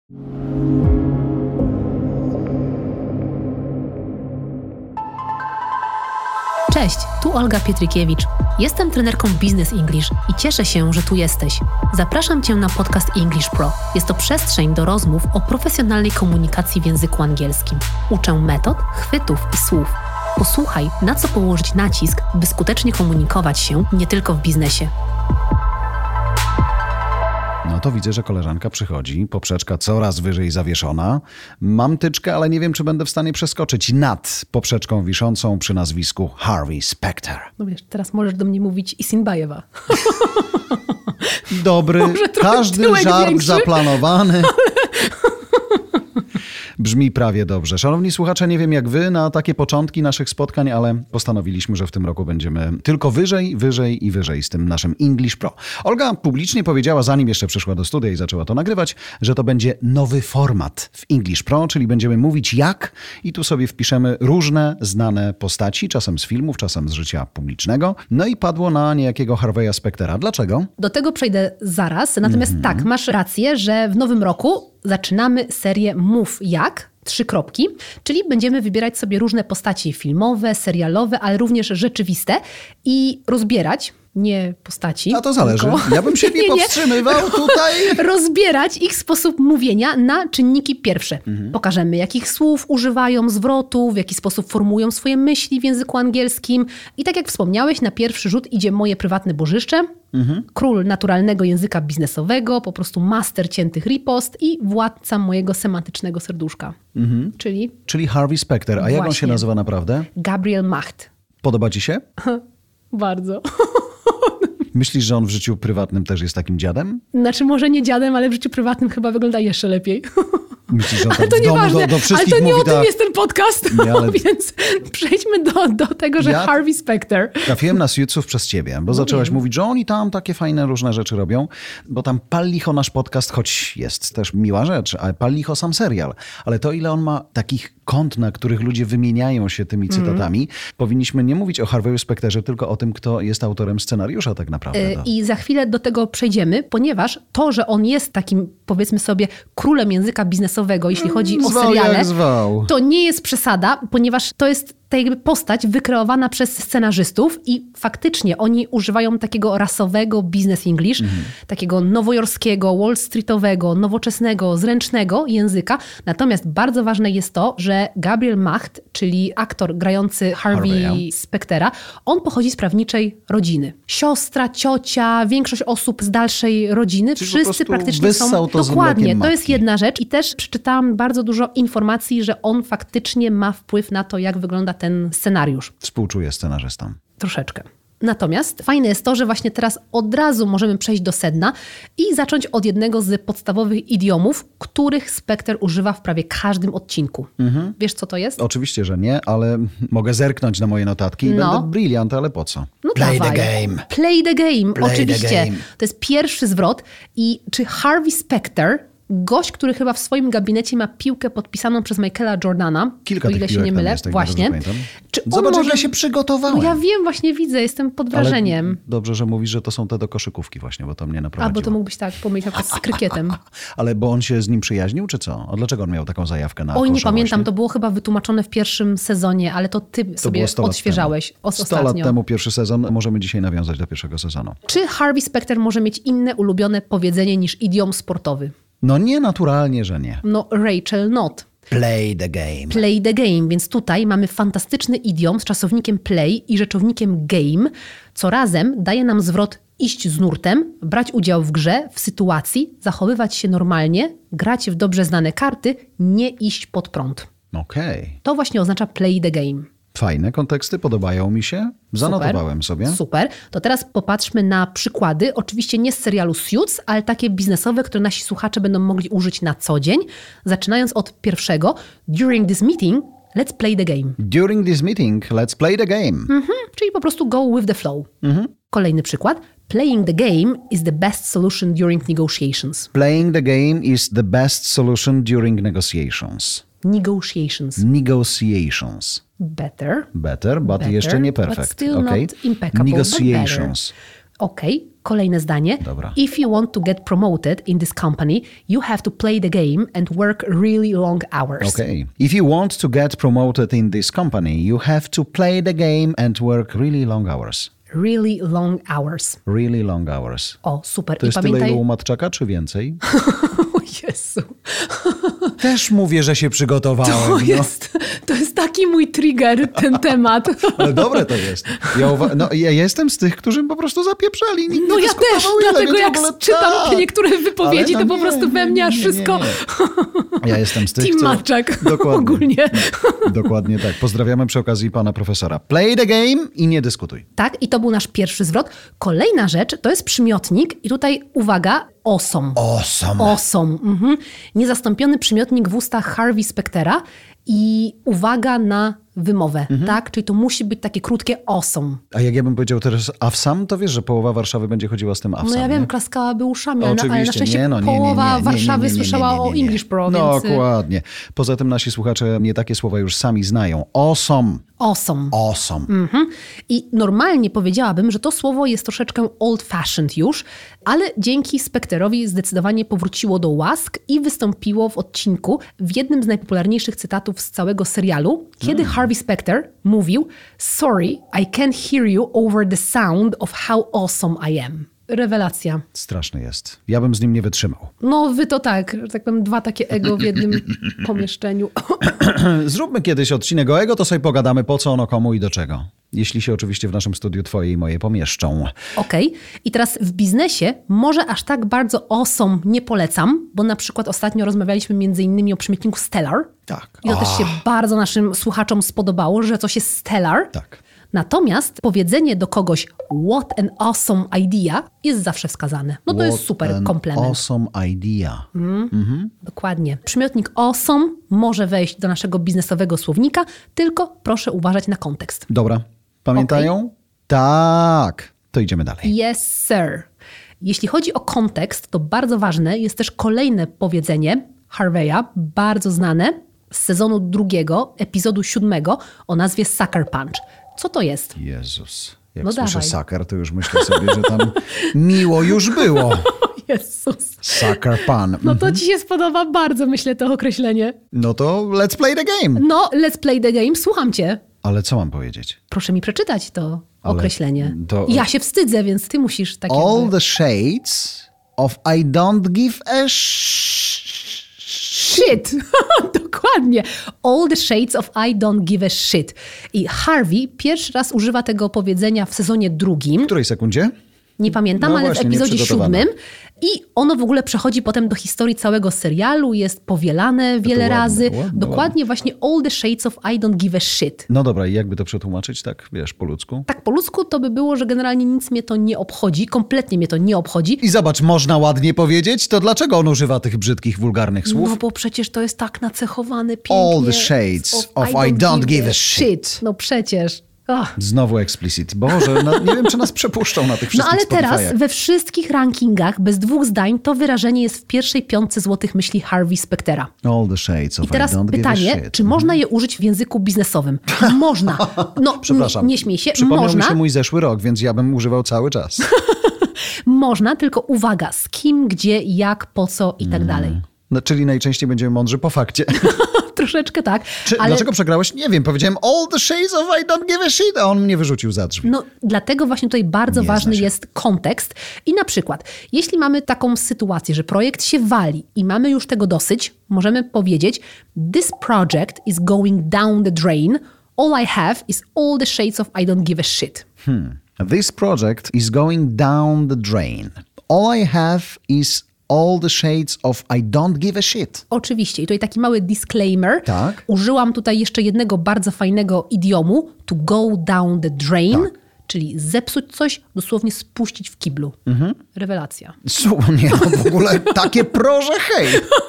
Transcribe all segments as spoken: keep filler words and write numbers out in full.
Cześć, tu Olga Pietrykiewicz. Jestem trenerką Business English i cieszę się, że tu jesteś. Zapraszam Cię na podcast English Pro. Jest to przestrzeń do rozmów o profesjonalnej komunikacji w języku angielskim. Uczę metod, chwytów i słów. Posłuchaj, na co położyć nacisk, by skutecznie komunikować się nie tylko w biznesie. No to widzę, że koleżanka przychodzi, poprzeczka coraz wyżej zawieszona. Mam tyczkę, ale nie wiem, czy będę w stanie przeskoczyć nad poprzeczką wiszącą przy nazwisku Harvey Specter. No wiesz, teraz możesz do mnie mówić Isinbajewa. Dobry, każdy żart większy. Zaplanowany. Brzmi prawie dobrze. Szanowni słuchacze, nie wiem jak wy na takie początki naszych spotkań, ale postanowiliśmy, że w tym roku będziemy tylko wyżej, wyżej i wyżej z tym naszym English Pro. Olga publicznie powiedziała, zanim jeszcze przyszła do studia i zaczęła to nagrywać, że to będzie nowy format w English Pro, czyli będziemy mówić jak i tu sobie wpiszemy różne znane postaci, czasem z filmów, czasem z życia publicznego. No i padło na niejakiego Harveya Spectera. Dlaczego? Do tego przejdę zaraz, natomiast mm-hmm. tak, masz rację, że w nowym roku zaczynamy serię Mów Jak, trzy kropki, czyli będziemy wybierać sobie różne postaci filmowe, serialowe, ale również rzeczywiste i rozbierać, nie postaci. A to zależy. Tylko... Ja bym się nie, nie powstrzymywał tutaj. Rozbierać ich sposób mówienia na czynniki pierwsze. Mhm. Pokażemy, jakich słów używają, zwrotów, w jaki sposób formułują swoje myśli w języku angielskim. I tak jak wspomniałeś, na pierwszy rzut idzie moje prywatne bożyszcze, mhm. król naturalnego języka biznesowego, po prostu master ciętych ripost i władca mojego semantycznego serduszka. Mhm. Czyli? Czyli Harvey Specter. A Właśnie. Jak on się nazywa naprawdę? Gabriel Macht. Podoba ci się? Bardzo. Myślisz, że on w życiu prywatnym też jest takim dziadem? Znaczy może nie dziadem, ale w życiu prywatnym chyba wygląda jeszcze lepiej. Myślisz, że on ale to w domu nieważne, do, do wszystkich ale to nie mówi o tym tak... jest ten podcast, nie, ale... więc przejdźmy do, do tego, że ja Harvey Specter... Trafiłem na Suitsów przez ciebie, bo no zaczęłaś wiem. mówić, że oni tam takie fajne różne rzeczy robią, bo tam pal licho nasz podcast, choć jest też miła rzecz, ale pal licho sam serial. Ale to ile on ma takich kont, na których ludzie wymieniają się tymi cytatami, mm. powinniśmy nie mówić o Harveyu Specterze, tylko o tym, kto jest autorem scenariusza tak naprawdę. Yy, I za chwilę do tego przejdziemy, ponieważ to, że on jest takim, powiedzmy sobie, królem języka biznesowego, jeśli chodzi zwał o seriale, jak zwał. To nie jest przesada, ponieważ to jest ta jakby postać wykreowana przez scenarzystów i faktycznie oni używają takiego rasowego business English, mhm. takiego nowojorskiego, wall streetowego, nowoczesnego, zręcznego języka. Natomiast bardzo ważne jest to, że Gabriel Macht, czyli aktor grający Harvey Harvey. Spectera, on pochodzi z prawniczej rodziny. Siostra, ciocia, większość osób z dalszej rodziny, czyli wszyscy praktycznie są... To dokładnie, to jest jedna rzecz. I też przeczytałam bardzo dużo informacji, że on faktycznie ma wpływ na to, jak wygląda ten scenariusz. Współczuję scenarzystom. Troszeczkę. Natomiast fajne jest to, że właśnie teraz od razu możemy przejść do sedna i zacząć od jednego z podstawowych idiomów, których Specter używa w prawie każdym odcinku. Mhm. Wiesz, co to jest? Oczywiście, że nie, ale mogę zerknąć na moje notatki i no. będę brilliant, ale po co? No Play dawaj. the game. Play the game, Play oczywiście. The game. To jest pierwszy zwrot. I czy Harvey Specter, gość, który chyba w swoim gabinecie ma piłkę podpisaną przez Michaela Jordana, Kilka o ile się nie mylę, jest, właśnie. Czy Zobacz, może... jak ja się przygotowałem. No ja wiem, właśnie widzę, jestem pod wrażeniem. Ale dobrze, że mówisz, że to są te do koszykówki właśnie, bo to mnie naprowadziło. Albo to mógłbyś tak pomylić na przykład z krykietem. Ale bo on się z nim przyjaźnił, czy co? A dlaczego on miał taką zajawkę na Oj, nie kosza pamiętam, właśnie? to było chyba wytłumaczone w pierwszym sezonie, ale to ty to sobie odświeżałeś sto lat temu pierwszy sezon, możemy dzisiaj nawiązać do pierwszego sezonu. Czy Harvey Specter może mieć inne ulubione powiedzenie niż idiom sportowy? No nie, naturalnie, że nie. No Rachel not. Play the game. Play the game, więc tutaj mamy fantastyczny idiom z czasownikiem play i rzeczownikiem game, co razem daje nam zwrot iść z nurtem, brać udział w grze, w sytuacji, zachowywać się normalnie, grać w dobrze znane karty, nie iść pod prąd. Okej. Okay. To właśnie oznacza play the game. Fajne konteksty, podobają mi się. Zanotowałem Super, sobie. Super. To teraz popatrzmy na przykłady, oczywiście nie z serialu Suits, ale takie biznesowe, które nasi słuchacze będą mogli użyć na co dzień. Zaczynając od pierwszego. During this meeting, let's play the game. During this meeting, let's play the game. Mhm, czyli po prostu go with the flow. Mhm. Kolejny przykład. Playing the game is the best solution during negotiations. Playing the game is the best solution during negotiations. Negotiations. Negotiations. Better. Better, but better, jeszcze nie perfect. But still okay. not impeccable, Negotiations. Okej, okay. Kolejne zdanie. Dobra. If you want to get promoted in this company, you have to play the game and work really long hours. Okay. If you want to get promoted in this company, you have to play the game and work really long hours. Really long hours. Really long hours. O, super. To I jest pamiętaj... tyle, ile u Matczaka, czy więcej? O Jezu. Też mówię, że się przygotowałem. To jest, no. to jest taki mój trigger, ten temat. Ale dobre to jest. Ja, uwa- no, ja jestem z tych, którzy po prostu zapieprzali. Nikt No nie ja też, ile, dlatego jak ogóle, czytam tak. niektóre wypowiedzi, Ale to no po nie, prostu nie, we mnie nie, aż nie, wszystko... nie, nie. Ja jestem z tych, Team co... Matczak Dokładnie. ogólnie. Dokładnie tak. Pozdrawiamy przy okazji pana profesora. Play the game i nie dyskutuj. Tak, i to był nasz pierwszy zwrot. Kolejna rzecz to jest przymiotnik i tutaj uwaga, awesome. Awesome. Awesome. Mhm. Niezastąpiony przymiotnik w ustach Harvey Spectera i uwaga na wymowę, mhm. tak? Czyli to musi być takie krótkie awesome. A jak ja bym powiedział teraz awesome, to wiesz, że połowa Warszawy będzie chodziła z tym awesome. No ja wiem, nie? klaskałaby uszami, ale, Oczywiście, ale na szczęście nie, no, nie, nie, połowa nie, nie, nie, Warszawy nie, nie, nie, słyszała nie, nie, nie. o English Pro, No, więc... dokładnie. Poza tym nasi słuchacze nie takie słowa już sami znają. Awesome. Awesome. Awesome. Mhm. I normalnie powiedziałabym, że to słowo jest troszeczkę old-fashioned już, ale dzięki Specterowi zdecydowanie powróciło do łask i wystąpiło w odcinku w jednym z najpopularniejszych cytatów z całego serialu, kiedy mm. Harvey Specter mówił "Sorry, I can't hear you over the sound of how awesome I am". Rewelacja. Straszny jest. Ja bym z nim nie wytrzymał. No wy to tak, że tak powiem, dwa takie ego w jednym pomieszczeniu. Zróbmy kiedyś odcinek o ego, to sobie pogadamy po co ono komu i do czego. Jeśli się oczywiście w naszym studiu twoje i moje pomieszczą. Okej. Okay. I teraz w biznesie może aż tak bardzo awesome nie polecam, bo na przykład ostatnio rozmawialiśmy między innymi o przymiotniku stellar. Tak. I to Oh. też się bardzo naszym słuchaczom spodobało, że coś jest stellar. Tak. Natomiast powiedzenie do kogoś what an awesome idea jest zawsze wskazane. No to What jest super an komplement. Awesome idea. Mm. Mhm. Dokładnie. Przymiotnik awesome może wejść do naszego biznesowego słownika, tylko proszę uważać na kontekst. Dobra. Pamiętają? Okay. Tak. To idziemy dalej. Yes, sir. Jeśli chodzi o kontekst, to bardzo ważne jest też kolejne powiedzenie Harveya, bardzo znane z sezonu drugiego, epizodu siódmego o nazwie Sucker Punch. Co to jest? Jezus. Jak no słyszę dawaj. sucker, to już myślę sobie, że tam miło już było. Jezus. Sucker Punch. No to ci się spodoba bardzo, myślę, to określenie. No to let's play the game. No, let's play the game. Słucham cię. Ale co mam powiedzieć? Proszę mi przeczytać to Ale określenie. to... Ja się wstydzę, więc ty musisz tak All jakby... the shades of I don't give a shit. Dokładnie. All the shades of I don't give a shit. I Harvey pierwszy raz używa tego powiedzenia w sezonie drugim. W której sekundzie? Nie pamiętam, no ale właśnie, w epizodzie siódmym. I ono w ogóle przechodzi potem do historii całego serialu, jest powielane wiele ładne, razy. ładne, Dokładnie ładne. właśnie all the shades of I don't give a shit. No dobra, i jakby to przetłumaczyć, tak, wiesz, po ludzku? Tak po ludzku to by było, że generalnie nic mnie to nie obchodzi, kompletnie mnie to nie obchodzi. I zobacz, można ładnie powiedzieć, to dlaczego on używa tych brzydkich, wulgarnych słów? No bo przecież to jest tak nacechowane pięknie. All the shades of, of I don't give a shit. No przecież. Ach. Znowu explicit. Boże, no, nie wiem, czy nas przepuszczą na tych No wszystkich ale teraz Spotify'ach. we wszystkich rankingach bez dwóch zdań to wyrażenie jest w pierwszej piątce złotych myśli Harvey Spectera. All the shades of I teraz I don't pytanie, give a shit. czy można je użyć w języku biznesowym? Można. No, Przepraszam. Nie, nie śmiej się. Przypomniał można. mi się mój zeszły rok, więc ja bym używał cały czas. Można, tylko uwaga, z kim, gdzie, jak, po co i tak dalej. No, czyli najczęściej będziemy mądrzy po fakcie. Troszeczkę tak. Czy, ale... Dlaczego przegrałeś? Nie wiem. Powiedziałem all the shades of I don't give a shit, a on mnie wyrzucił za drzwi. No dlatego właśnie tutaj bardzo Nie ważny zna się. jest kontekst. I na przykład, jeśli mamy taką sytuację, że projekt się wali i mamy już tego dosyć, możemy powiedzieć this project is going down the drain. All I have is all the shades of I don't give a shit. Hmm. This project is going down the drain. All I have is all the shades of I don't give a shit. Oczywiście. I tutaj taki mały disclaimer. Tak. Użyłam tutaj jeszcze jednego bardzo fajnego idiomu. To go down the drain. Tak. Czyli zepsuć coś, dosłownie spuścić w kiblu. Mhm. Rewelacja. Słuchaj, nie, no w ogóle takie proże, hej.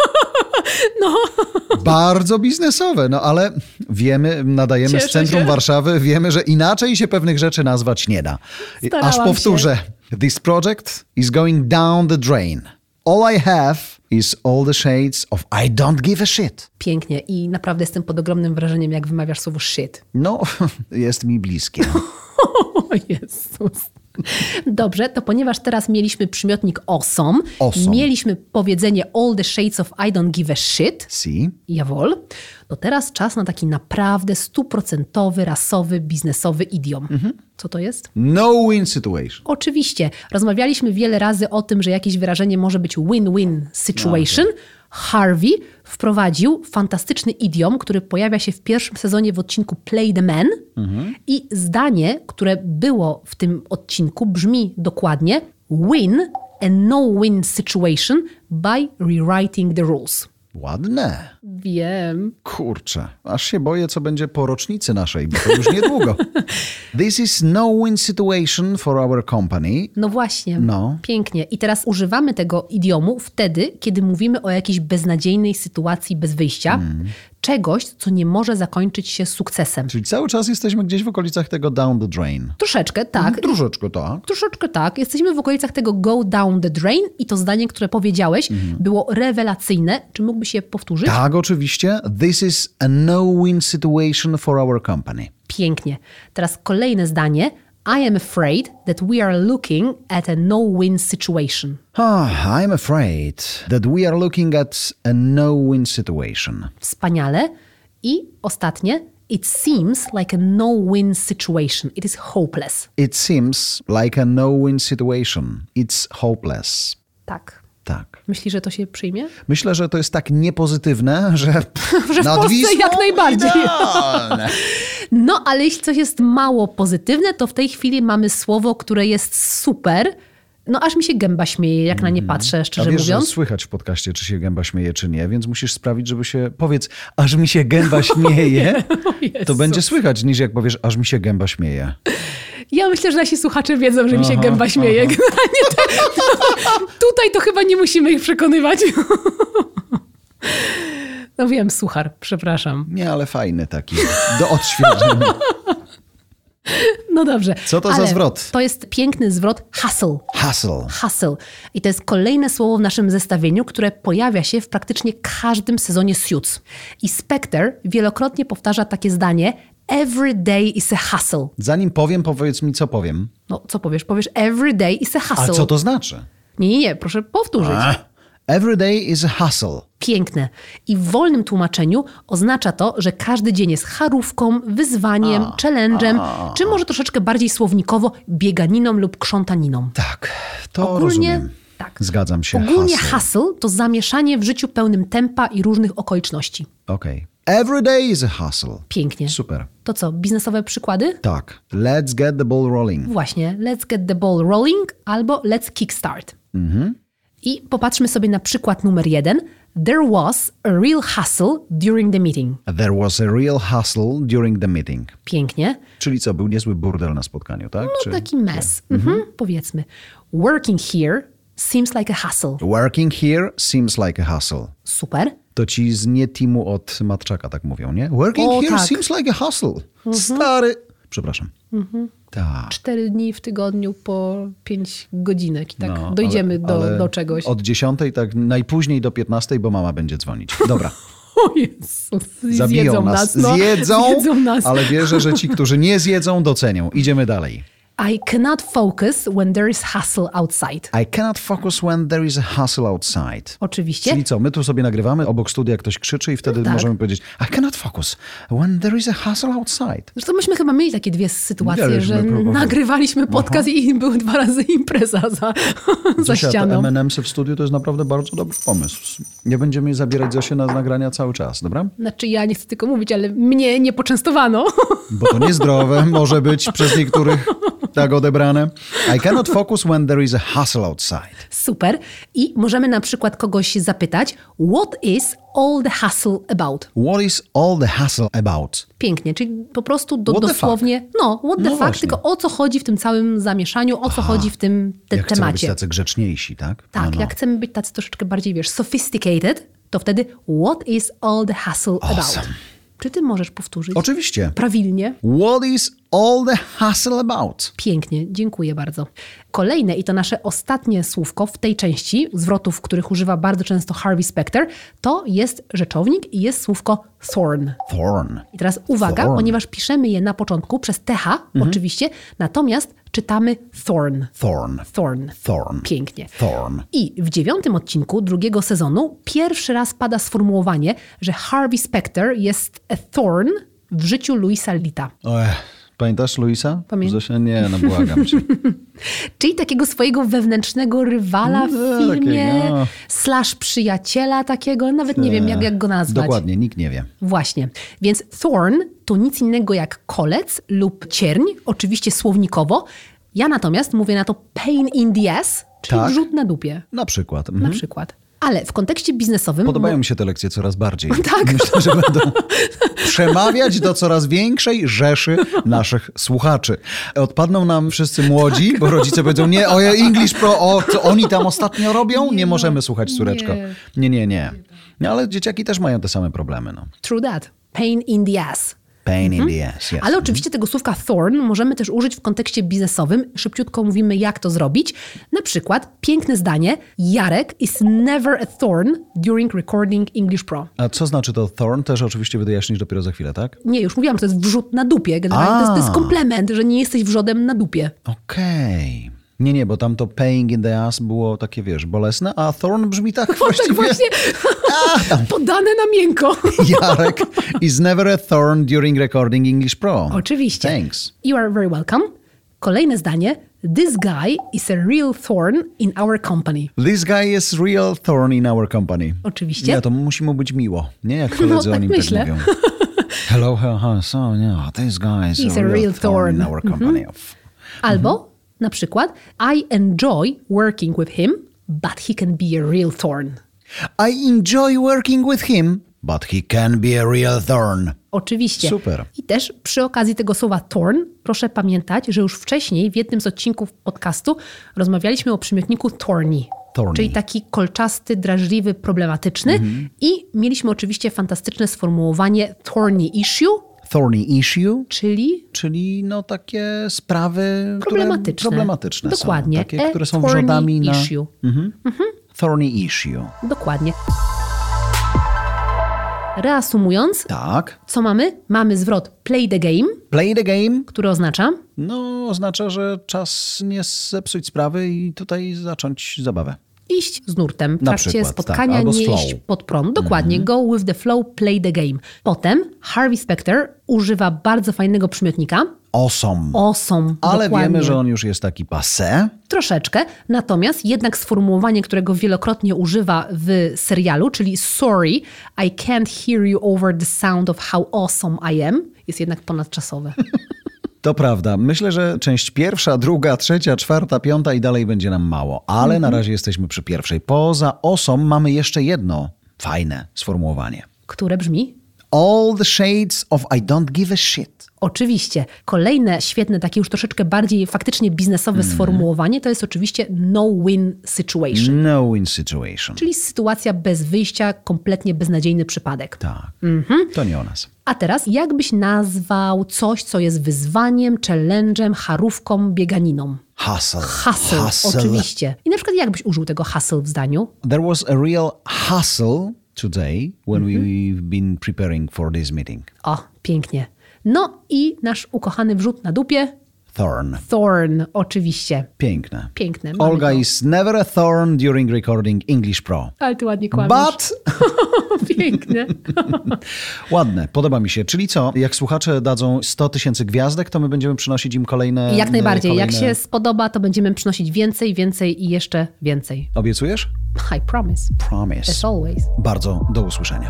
No. Bardzo biznesowe, no ale wiemy, nadajemy Cieszę z centrum się. Warszawy, wiemy, że inaczej się pewnych rzeczy nazwać nie da. I Starałam aż powtórzę. się. This project is going down the drain. All I have is all the shades of I don't give a shit. Pięknie. I naprawdę jestem pod ogromnym wrażeniem, jak wymawiasz słowo shit. No, jest mi bliskie. O Jezus. Dobrze, to ponieważ teraz mieliśmy przymiotnik awesome, Awesome. mieliśmy powiedzenie all the shades of I don't give a shit, Si. jawol, to teraz czas na taki naprawdę stuprocentowy, rasowy, biznesowy idiom. Mhm. Co to jest? No-win situation. Oczywiście. Rozmawialiśmy wiele razy o tym, że jakieś wyrażenie może być win-win situation. Harvey wprowadził fantastyczny idiom, który pojawia się w pierwszym sezonie w odcinku Play the Man. Mhm. I zdanie, które było w tym odcinku, brzmi dokładnie: win a no-win situation by rewriting the rules. Ładne. Wiem. Kurczę, aż się boję, co będzie po rocznicy naszej, bo to już niedługo. This is no-win situation for our company. No właśnie. No. Pięknie. I teraz używamy tego idiomu wtedy, kiedy mówimy o jakiejś beznadziejnej sytuacji bez wyjścia, mm. czegoś, co nie może zakończyć się sukcesem. Czyli cały czas jesteśmy gdzieś w okolicach tego down the drain. Troszeczkę, tak. Troszeczkę tak. Troszeczkę tak. Jesteśmy w okolicach tego go down the drain i to zdanie, które powiedziałeś, mm. było rewelacyjne. Czy mógłbyś je powtórzyć? Tak, oczywiście. This is a no-win situation for our company. Pięknie. Teraz kolejne zdanie. I am afraid that we are looking at a no-win situation. Ah, I'm afraid that we are looking at a no-win situation. Wspaniale. I ostatnie. It seems like a no-win situation. It is hopeless. It seems like a no-win situation. It's hopeless. Tak. Tak. Myślisz, że to się przyjmie? Myślę, że to jest tak niepozytywne, że, że w Polsce Wisłą jak najbardziej. idealne. No, ale jeśli coś jest mało pozytywne, to w tej chwili mamy słowo, które jest super. No, aż mi się gęba śmieje, jak na nie patrzę, szczerze A wiesz, mówiąc. że słychać w podcaście, czy się gęba śmieje, czy nie, więc musisz sprawić, żeby się... Powiedz, aż mi się gęba śmieje, to będzie słychać, niż jak powiesz, aż mi się gęba śmieje. Ja myślę, że nasi słuchacze wiedzą, że mi się aha, gęba śmieje. Generalnie to, to, tutaj to chyba nie musimy ich przekonywać. No wiem, suchar, przepraszam. Nie, ale fajny taki, do odświeżenia. No dobrze. Co to ale za zwrot? To jest piękny zwrot hustle. Hustle. Hustle. I to jest kolejne słowo w naszym zestawieniu, które pojawia się w praktycznie każdym sezonie Suits. I Spectre wielokrotnie powtarza takie zdanie: every day is a hustle. Zanim powiem, powiedz mi, co powiem. No, co powiesz? Powiesz every day is a hustle. A co to znaczy? Nie, nie, nie, proszę powtórzyć. A, every day is a hustle. Piękne. I w wolnym tłumaczeniu oznacza to, że każdy dzień jest charówką, wyzwaniem, a, challenge'em, a, czy może troszeczkę bardziej słownikowo bieganiną lub krzątaniną. Tak, to Ogólnie, rozumiem. Tak. Zgadzam się. Ogólnie hustle. hustle to zamieszanie w życiu pełnym tempa i różnych okoliczności. Okej. Okay. Every day is a hustle. Pięknie. Super. To co, biznesowe przykłady? Tak. Let's get the ball rolling. Właśnie. Let's get the ball rolling albo let's kickstart. Mhm. I popatrzmy sobie na przykład numer jeden. There was a real hustle during the meeting. There was a real hustle during the meeting. Pięknie. Czyli co, był niezły burdel na spotkaniu, tak? No Czy... taki mess. Mhm. Mhm. Powiedzmy. Working here seems like a hustle. Working here seems like a hustle. Super. To ci z nie teamu od Matczaka tak mówią, nie? Working o, here tak. seems like a hustle. Mhm. Stary. Przepraszam. Mhm. Tak. Cztery dni w tygodniu po pięć godzinek i tak no, dojdziemy ale, do, ale do czegoś. Od dziesiątej tak najpóźniej do piętnastej, bo mama będzie dzwonić. Dobra. O Jezus, Zabiją zjedzą nas. nas. No, zjedzą, zjedzą nas. Ale wierzę, że ci, którzy nie zjedzą, docenią. Idziemy dalej. I cannot focus when there is hustle outside. I cannot focus when there is a hustle outside. Oczywiście. Czyli co, my tu sobie nagrywamy, obok studia ktoś krzyczy i wtedy no tak. możemy powiedzieć I cannot focus when there is a hustle outside. Zresztą myśmy chyba mieli takie dwie sytuacje, Wiele, że próbował. nagrywaliśmy podcast Aha. i były dwa razy impreza za, za ścianą. M and M's w studiu to jest naprawdę bardzo dobry pomysł. Nie będziemy zabierać Zosie na nagrania cały czas, dobra? Znaczy ja nie chcę tylko mówić, ale mnie nie poczęstowano. Bo to niezdrowe może być przez niektórych tak odebrane. I cannot focus when there is a hustle outside. Super. I możemy na przykład kogoś zapytać, what is all the hustle about? What is all the hustle about? Pięknie, czyli po prostu do, what dosłownie, no, what the no fuck, właśnie. Tylko o co chodzi w tym całym zamieszaniu, o co Aha. chodzi w tym te, jak temacie. Jak chcemy być tacy grzeczniejsi, tak? Tak, no, no. jak chcemy być tacy troszeczkę bardziej, wiesz, sophisticated, to wtedy what is all the hustle awesome. about? Czy ty możesz powtórzyć? Oczywiście. Prawilnie. What is all the hustle about? Pięknie, dziękuję bardzo. Kolejne i to nasze ostatnie słówko w tej części zwrotów, których używa bardzo często Harvey Specter, to jest rzeczownik i jest słówko thorn. Thorn. I teraz uwaga, thorn. ponieważ piszemy je na początku przez th, mhm. oczywiście, natomiast czytamy thorn. Thorn. Thorn. Thorn. Pięknie. Thorn. I w dziewiątym odcinku drugiego sezonu pierwszy raz pada sformułowanie, że Harvey Specter jest a thorn w życiu Louisa Litta. Ech. Pamiętasz Louisa? Pamiętam. Zosia? Nie, no błagam cię. Czyli takiego swojego wewnętrznego rywala w No, filmie, takiego. slash przyjaciela takiego, nawet nie wiem jak, jak go nazwać. Dokładnie, nikt nie wie. Właśnie. Więc thorn to nic innego jak kolec lub cierń, oczywiście słownikowo. Ja natomiast mówię na to pain in the ass, czyli Tak. wrzut na dupie. Na przykład. Na Mhm. przykład. Ale w kontekście biznesowym... Podobają mi się te lekcje coraz bardziej. Tak. Myślę, że będą przemawiać do coraz większej rzeszy naszych słuchaczy. Odpadną nam wszyscy młodzi, bo rodzice powiedzą, nie, o English Pro, o, co oni tam ostatnio robią? Nie, nie możemy słuchać, córeczko. Nie, nie, nie. No, ale dzieciaki też mają te same problemy. No. True that. Pain in the ass. Pain in the ass, yes. Ale oczywiście tego słówka thorn możemy też użyć w kontekście biznesowym. Szybciutko mówimy, jak to zrobić. Na przykład piękne zdanie. Jarek is never a thorn during recording English Pro. A co znaczy to thorn? Też oczywiście wyjaśnisz dopiero za chwilę, tak? Nie, już mówiłam, że to jest wrzut na dupie. Generalnie to jest, to jest komplement, że nie jesteś wrzodem na dupie. Okej. Okay. Nie, nie, bo tam to paying in the ass było takie, wiesz, bolesne, a thorn brzmi tak O, właściwie... tak właśnie podane na miękko. Jarek is never a thorn during recording English Pro. Oczywiście. Thanks. You are very welcome. Kolejne zdanie. This guy is a real thorn in our company. This guy is real thorn in our company. Oczywiście. Nie, to musi mu być miło. Nie, jak koledzy No, o tak nim myślę. tak mówią. Hello, hello, so, yeah, this guy is He's a real, thorn in our company. Albo Mhm. na przykład I enjoy working with him, but he can be a real thorn. I enjoy working with him, but he can be a real thorn. Oczywiście. Super. I też przy okazji tego słowa thorn, proszę pamiętać, że już wcześniej w jednym z odcinków podcastu rozmawialiśmy o przymiotniku thorny. Thorny. Czyli taki kolczasty, drażliwy, problematyczny. Mhm. I mieliśmy oczywiście fantastyczne sformułowanie thorny issue, Thorny issue, czyli czyli no takie sprawy, problematyczne. które problematyczne Dokładnie. są. Takie, A które są thorny wrzodami na... issue. Mhm. Thorny issue. Dokładnie. Reasumując, Tak. co mamy? Mamy zwrot play the game, Play the game. który oznacza No, oznacza, że czas nie zepsuć sprawy i tutaj zacząć zabawę. iść z nurtem. W Na trakcie przykład, spotkania tak, albo z nie flow. iść pod prąd. Dokładnie. Go with the flow, play the game. Potem Harvey Specter używa bardzo fajnego przymiotnika. Awesome. Awesome. Ale dokładnie. wiemy, że on już jest taki passé. Troszeczkę. Natomiast jednak sformułowanie, którego wielokrotnie używa w serialu, czyli sorry, I can't hear you over the sound of how awesome I am, jest jednak ponadczasowe. To prawda. Myślę, że część pierwsza, druga, trzecia, czwarta, piąta i dalej będzie nam mało. Ale Mhm. na razie jesteśmy przy pierwszej. Poza awesome mamy jeszcze jedno fajne sformułowanie. Które brzmi? All the shades of I don't give a shit. Oczywiście. Kolejne świetne, takie już troszeczkę bardziej faktycznie biznesowe Mhm. sformułowanie to jest oczywiście no-win situation. No win situation. Czyli sytuacja bez wyjścia, kompletnie beznadziejny przypadek. Tak. Mhm. To nie o nas. A teraz jakbyś nazwał coś, co jest wyzwaniem, challenge'em, charówką, bieganiną? Hustle. Hustle, Hustle. oczywiście. I na przykład jakbyś użył tego hustle w zdaniu? There was a real hustle today when we've been preparing for this meeting. O, pięknie. No i nasz ukochany wrzut na dupie, Thorn. thorn, oczywiście. Piękne. Piękne. mamy Olga to. is never a thorn during recording English Pro. Ale ty ładnie kłamiesz. But... Pięknie. Ładne, podoba mi się. Czyli co, jak słuchacze dadzą sto tysięcy gwiazdek, to my będziemy przynosić im kolejne... Jak najbardziej. kolejne... Jak się spodoba, to będziemy przynosić więcej, więcej i jeszcze więcej. Obiecujesz? I promise. Promise. As always. Bardzo do usłyszenia.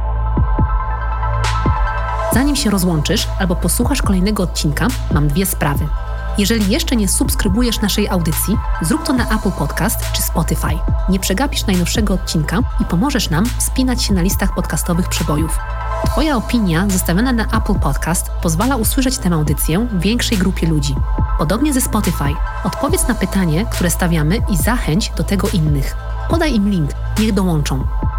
Zanim się rozłączysz albo posłuchasz kolejnego odcinka, mam dwie sprawy. Jeżeli jeszcze nie subskrybujesz naszej audycji, zrób to na Apple Podcast czy Spotify. Nie przegapisz najnowszego odcinka i pomożesz nam wspinać się na listach podcastowych przebojów. Twoja opinia zostawiona na Apple Podcast pozwala usłyszeć tę audycję większej grupie ludzi. Podobnie ze Spotify. Odpowiedz na pytanie, które stawiamy i zachęć do tego innych. Podaj im link, niech dołączą.